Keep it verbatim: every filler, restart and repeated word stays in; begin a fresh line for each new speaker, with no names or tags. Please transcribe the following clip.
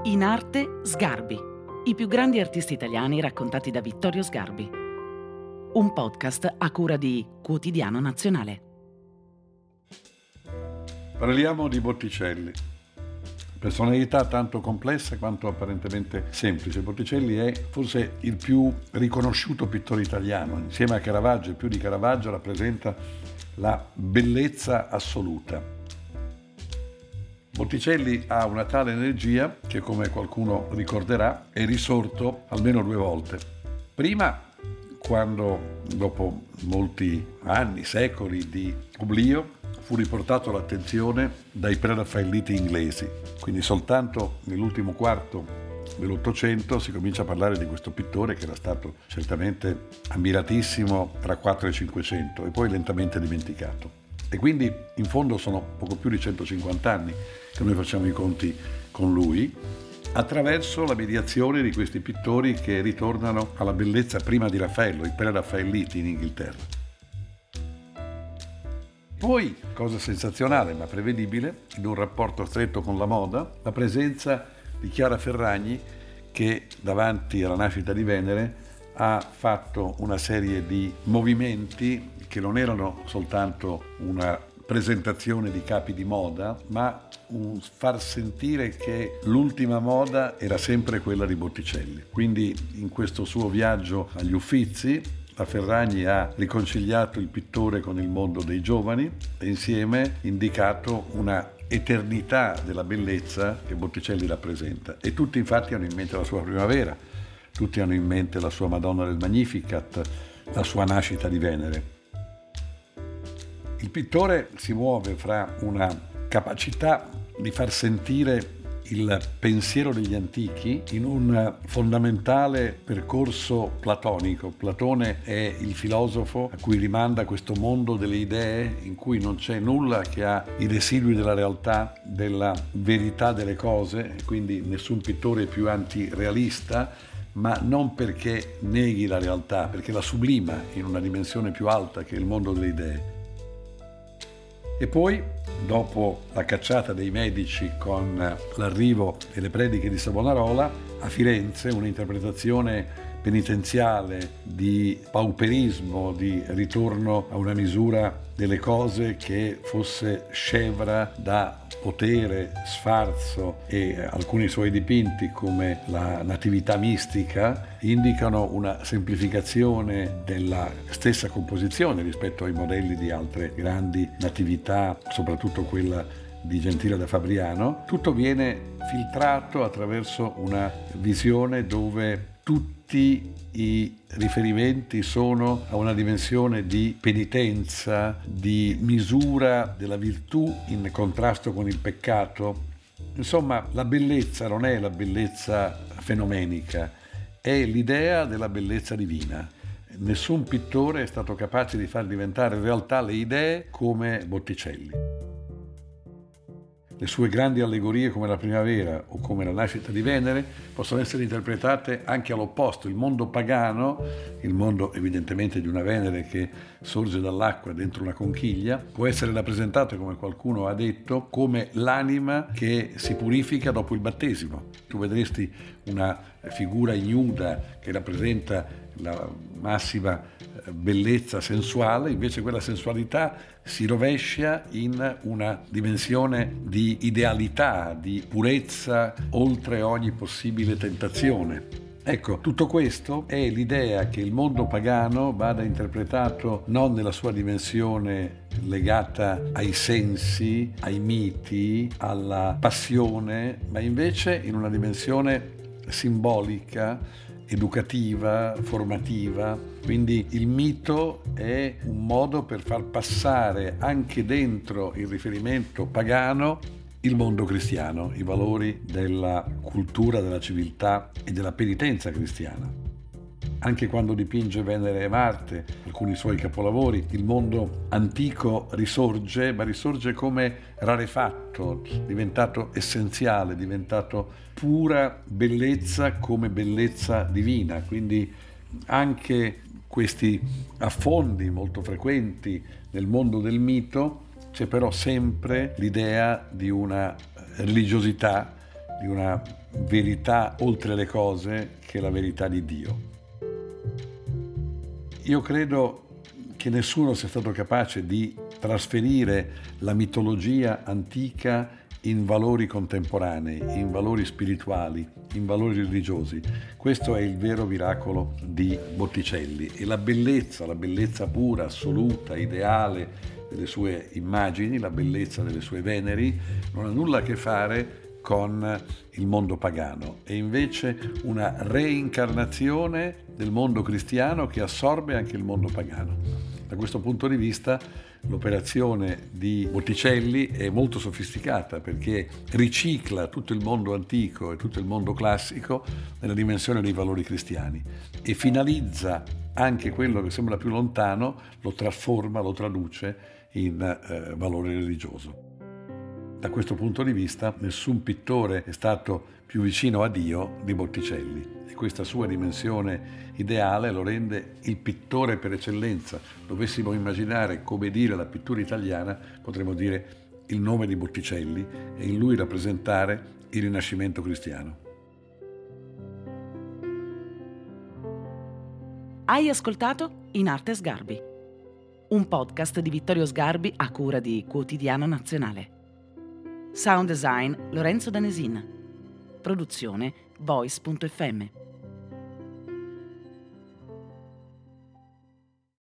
In arte Sgarbi, i più grandi artisti italiani raccontati da Vittorio Sgarbi. Un podcast a cura di Quotidiano Nazionale.
Parliamo di Botticelli. Personalità tanto complessa quanto apparentemente semplice. Botticelli è forse il più riconosciuto pittore italiano. Insieme a Caravaggio, e più di Caravaggio, rappresenta la bellezza assoluta. Botticelli ha una tale energia che, come qualcuno ricorderà, è risorto almeno due volte. Prima, quando dopo molti anni, secoli di oblio, fu riportato all'attenzione dai preraffaelliti inglesi. Quindi soltanto nell'ultimo quarto dell'Ottocento si comincia a parlare di questo pittore che era stato certamente ammiratissimo tra quattrocento e cinquecento e poi lentamente dimenticato. E quindi in fondo sono poco più di centocinquanta anni che noi facciamo i conti con lui, attraverso la mediazione di questi pittori che ritornano alla bellezza prima di Raffaello, i preraffaelliti in Inghilterra. Poi, cosa sensazionale ma prevedibile, in un rapporto stretto con la moda, la presenza di Chiara Ferragni che davanti alla nascita di Venere ha fatto una serie di movimenti che non erano soltanto una presentazione di capi di moda, ma un far sentire che l'ultima moda era sempre quella di Botticelli. Quindi in questo suo viaggio agli Uffizi, la Ferragni ha riconciliato il pittore con il mondo dei giovani e insieme indicato una eternità della bellezza che Botticelli rappresenta. E tutti infatti hanno in mente la sua primavera, tutti hanno in mente la sua Madonna del Magnificat, la sua nascita di Venere. Il pittore si muove fra una capacità di far sentire il pensiero degli antichi in un fondamentale percorso platonico. Platone è il filosofo a cui rimanda questo mondo delle idee in cui non c'è nulla che ha i residui della realtà, della verità delle cose, quindi nessun pittore è più antirealista, ma non perché neghi la realtà, perché la sublima in una dimensione più alta che è il mondo delle idee. E poi, dopo la cacciata dei Medici con l'arrivo delle prediche di Savonarola, a Firenze un'interpretazione penitenziale di pauperismo, di ritorno a una misura delle cose che fosse scevra da potere, sfarzo, e alcuni suoi dipinti come la Natività mistica indicano una semplificazione della stessa composizione rispetto ai modelli di altre grandi natività, soprattutto quella di Gentile da Fabriano. Tutto viene filtrato attraverso una visione dove tutti i riferimenti sono a una dimensione di penitenza, di misura della virtù in contrasto con il peccato. Insomma, la bellezza non è la bellezza fenomenica, è l'idea della bellezza divina. Nessun pittore è stato capace di far diventare realtà le idee come Botticelli. Le sue grandi allegorie come la primavera o come la nascita di Venere possono essere interpretate anche all'opposto. Il mondo pagano, il mondo evidentemente di una Venere che sorge dall'acqua dentro una conchiglia, può essere rappresentato, come qualcuno ha detto, come l'anima che si purifica dopo il battesimo. Tu vedresti una figura ignuda che rappresenta la massima bellezza sensuale, invece quella sensualità si rovescia in una dimensione di idealità, di purezza oltre ogni possibile tentazione. Ecco, tutto questo è l'idea che il mondo pagano vada interpretato non nella sua dimensione legata ai sensi, ai miti, alla passione, ma invece in una dimensione simbolica, educativa, formativa. Quindi il mito è un modo per far passare anche dentro il riferimento pagano il mondo cristiano, i valori della cultura, della civiltà e della penitenza cristiana. Anche quando dipinge Venere e Marte, alcuni suoi capolavori, il mondo antico risorge, ma risorge come rarefatto, diventato essenziale, diventato pura bellezza come bellezza divina. Quindi anche questi affondi molto frequenti nel mondo del mito, c'è però sempre l'idea di una religiosità di una verità oltre le cose che è la verità di Dio. Io credo che nessuno sia stato capace di trasferire la mitologia antica in valori contemporanei, in valori spirituali, in valori religiosi. Questo è il vero miracolo di Botticelli, e la bellezza, la bellezza pura, assoluta, ideale delle sue immagini, la bellezza delle sue Veneri non ha nulla a che fare con il mondo pagano, è invece una reincarnazione del mondo cristiano che assorbe anche il mondo pagano. Da questo punto di vista l'operazione di Botticelli è molto sofisticata, perché ricicla tutto il mondo antico e tutto il mondo classico nella dimensione dei valori cristiani e finalizza anche quello che sembra più lontano, lo trasforma, lo traduce in eh, valore religioso. Da questo punto di vista nessun pittore è stato più vicino a Dio di Botticelli, e questa sua dimensione ideale lo rende il pittore per eccellenza. Dovessimo immaginare come dire la pittura italiana, potremmo dire il nome di Botticelli e in lui rappresentare il Rinascimento cristiano.
Hai ascoltato In Arte Sgarbi, un podcast di Vittorio Sgarbi a cura di Quotidiano Nazionale. Sound design Lorenzo Danesin. Produzione voice punto effe emme.